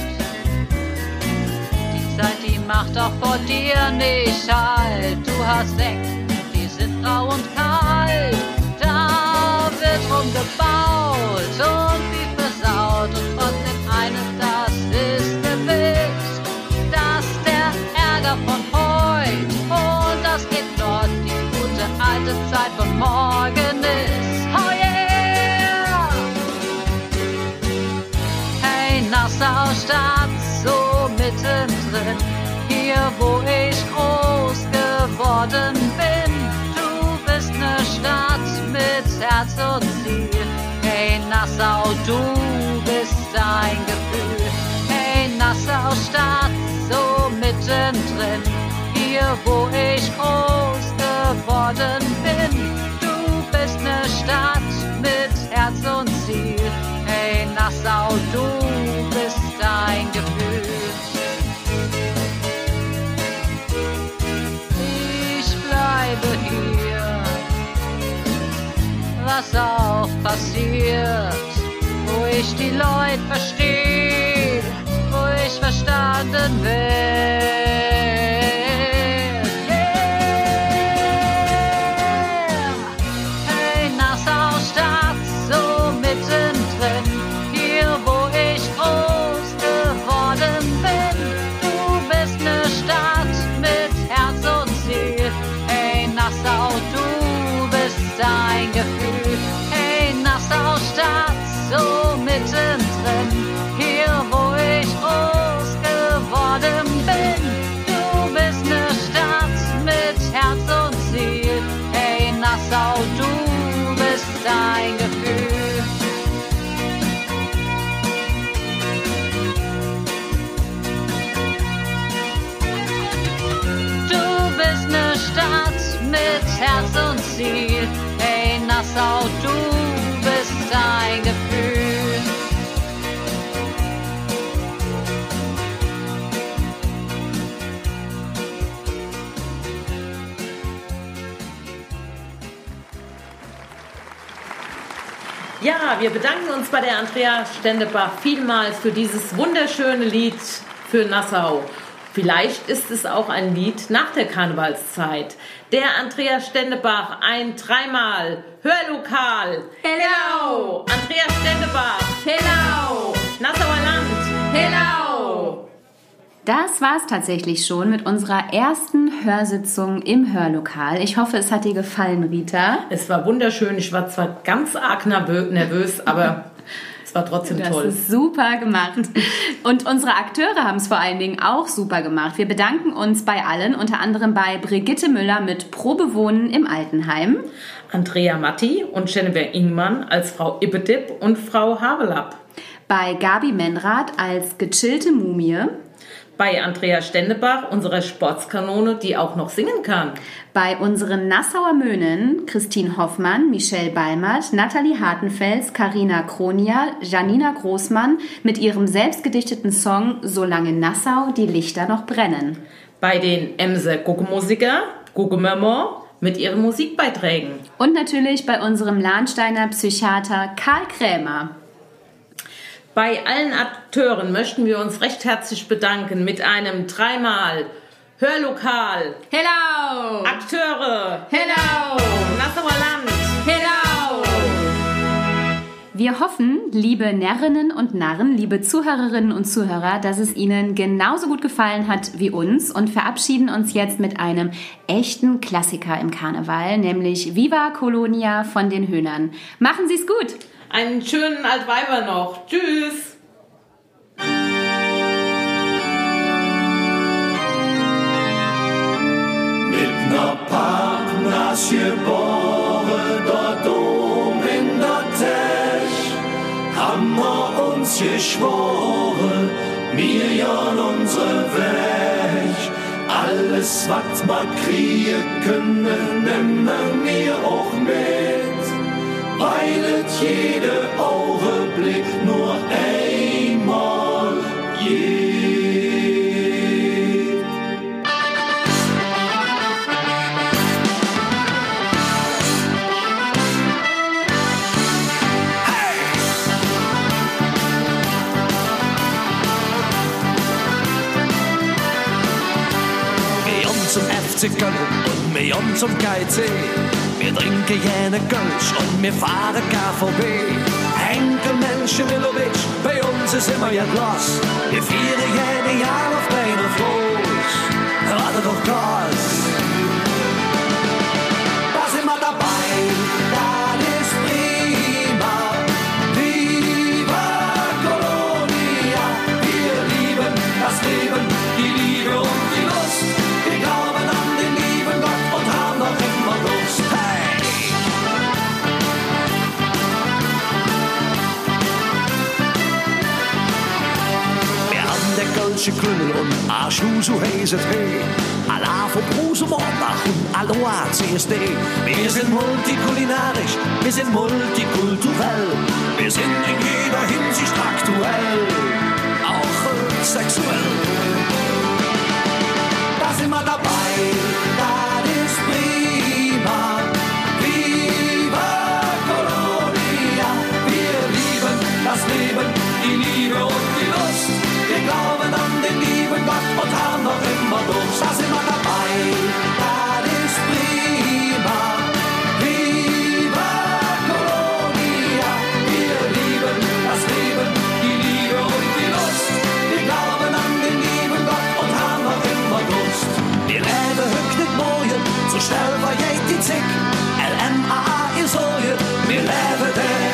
Die Zeit, die macht auch vor dir nicht halt. Du hast Ecken, die sind rau und kalt. Da wird rumgebaut und wie versaut. Und trotzdem eines, das ist gewiss, dass der Ärger von heut und das geht dort die gute alte Zeit von morgen ist. Oh yeah! Hey, Nassau Stadt, so mittendrin, hier wo ich groß geworden bin. Du bist ne Stadt mit Herz und Ziel. Hey, Nassau, du bist ein Gefühl. Hey, Nassau Stadt, so mittendrin, hier wo ich groß geworden bin. Du bist ne Stadt mit Herz und Ziel. Hey, Nassau, du bist ein Gefühl. Ich bleibe hier, was auch passiert, wo ich die Leute verstehe, wo ich verstanden werde. Hey, Nassau Stadt, so mittendrin, hier wo ich groß geworden bin. Du bist ne Stadt mit Herz und Ziel. Hey, Nassau, du bist ein Gefühl. Hey, Nassau Stadt, so mittendrin, hier wo ich groß geworden bin. Du bist ne Stadt mit Herz und Ziel. Hey, Nassau, du bist ein Gefühl. Du bist ne Stadt mit Herz und Ziel. Hey, Nassau, du bist ein Gefühl. Ja, wir bedanken uns bei der Andrea Stendebach vielmals für dieses wunderschöne Lied für Nassau. Vielleicht ist es auch ein Lied nach der Karnevalszeit. Der Andrea Stendebach, ein dreimal Hörlokal. Hello! Andrea Stendebach. Hello! Nassauer Land. Hello! Das war's tatsächlich schon mit unserer ersten Hörsitzung im Hörlokal. Ich hoffe, es hat dir gefallen, Rita. Es war wunderschön. Ich war zwar ganz arg nervös, aber es war trotzdem toll. Das ist super gemacht. Und unsere Akteure haben es vor allen Dingen auch super gemacht. Wir bedanken uns bei allen, unter anderem bei Brigitte Müller mit Probewohnen im Altenheim, Andrea Matti und Jennifer Ingmann als Frau Ippedipp und Frau Havelapp, bei Gabi Menrath als gechillte Mumie, bei Andrea Stendebach, unserer Sportskanone, die auch noch singen kann. Bei unseren Nassauer Möhnen Christine Hoffmann, Michelle Balmert, Nathalie Hartenfels, Carina Kronia, Janina Großmann mit ihrem selbstgedichteten Song Solange Nassau die Lichter noch brennen. Bei den Emser Guckemusiker, Guckemaman, mit ihren Musikbeiträgen. Und natürlich bei unserem Lahnsteiner Psychiater Karl Krämer. Bei allen Akteuren möchten wir uns recht herzlich bedanken mit einem dreimal Hörlokal. Hello! Akteure. Hello! Nassauer Land. Hello! Wir hoffen, liebe Närrinnen und Narren, liebe Zuhörerinnen und Zuhörer, dass es Ihnen genauso gut gefallen hat wie uns und verabschieden uns jetzt mit einem echten Klassiker im Karneval, nämlich Viva Colonia von den Höhnern. Machen Sie es gut! Einen schönen Altweiber noch. Tschüss! Mit ner Partners geboren, dort oben in der Tech, haben wir uns geschworen, wir jagen unsere Weg. Alles, was wir kriegen können, nehmen wir auch mit, weil es jeder Augenblick nur einmal geht. Zum FC Köln und wir haben zum KC. Wir trinken gerne Kölsch und wir fahren KVB. Henkel Menschemilovic, bei uns ist immer ja Glas. Wir feiern jedes Jahr auf deiner Floß. Warte doch Gas. Da sind wir dabei, das ist prima. Viva Colonia, wir lieben das Leben, die Liebe und die Lust. Wir glauben an den lieben Gott und haben noch immer Lust. Hey! Wir haben der Kölsche Klüngel und Arschuh, so heißt es hey. Allah vom Rosenmontag und Aloha CSD. Wir sind multikulinarisch, wir sind multikulturell. Wir sind in jeder Hinsicht aktuell, auch sexuell. Da sind wir dabei, das ist prima. Viva Colonia, wir lieben das Leben, die Liebe und die Lust. Wir glauben an den lieben Gott und haben noch immer Durst. Da sind wir dabei, das ist prima. Viva Colonia, wir lieben das Leben, die Liebe und die Lust. Wir glauben an den lieben Gott und haben noch immer Durst. Wir leben höchst nicht morgen, so schnell war die Zick. LMAA ist Oje, wir leben der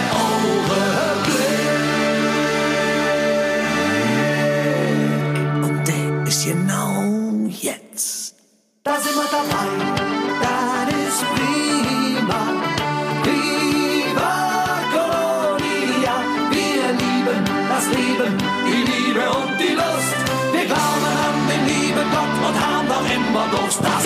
Augenblick. Und der ist genau jetzt. Da sind wir dabei, das ist prima. Viva Colonia, wir lieben das Leben, die Liebe und die Lust. Wir glauben an den lieben Gott und haben noch immer Durst.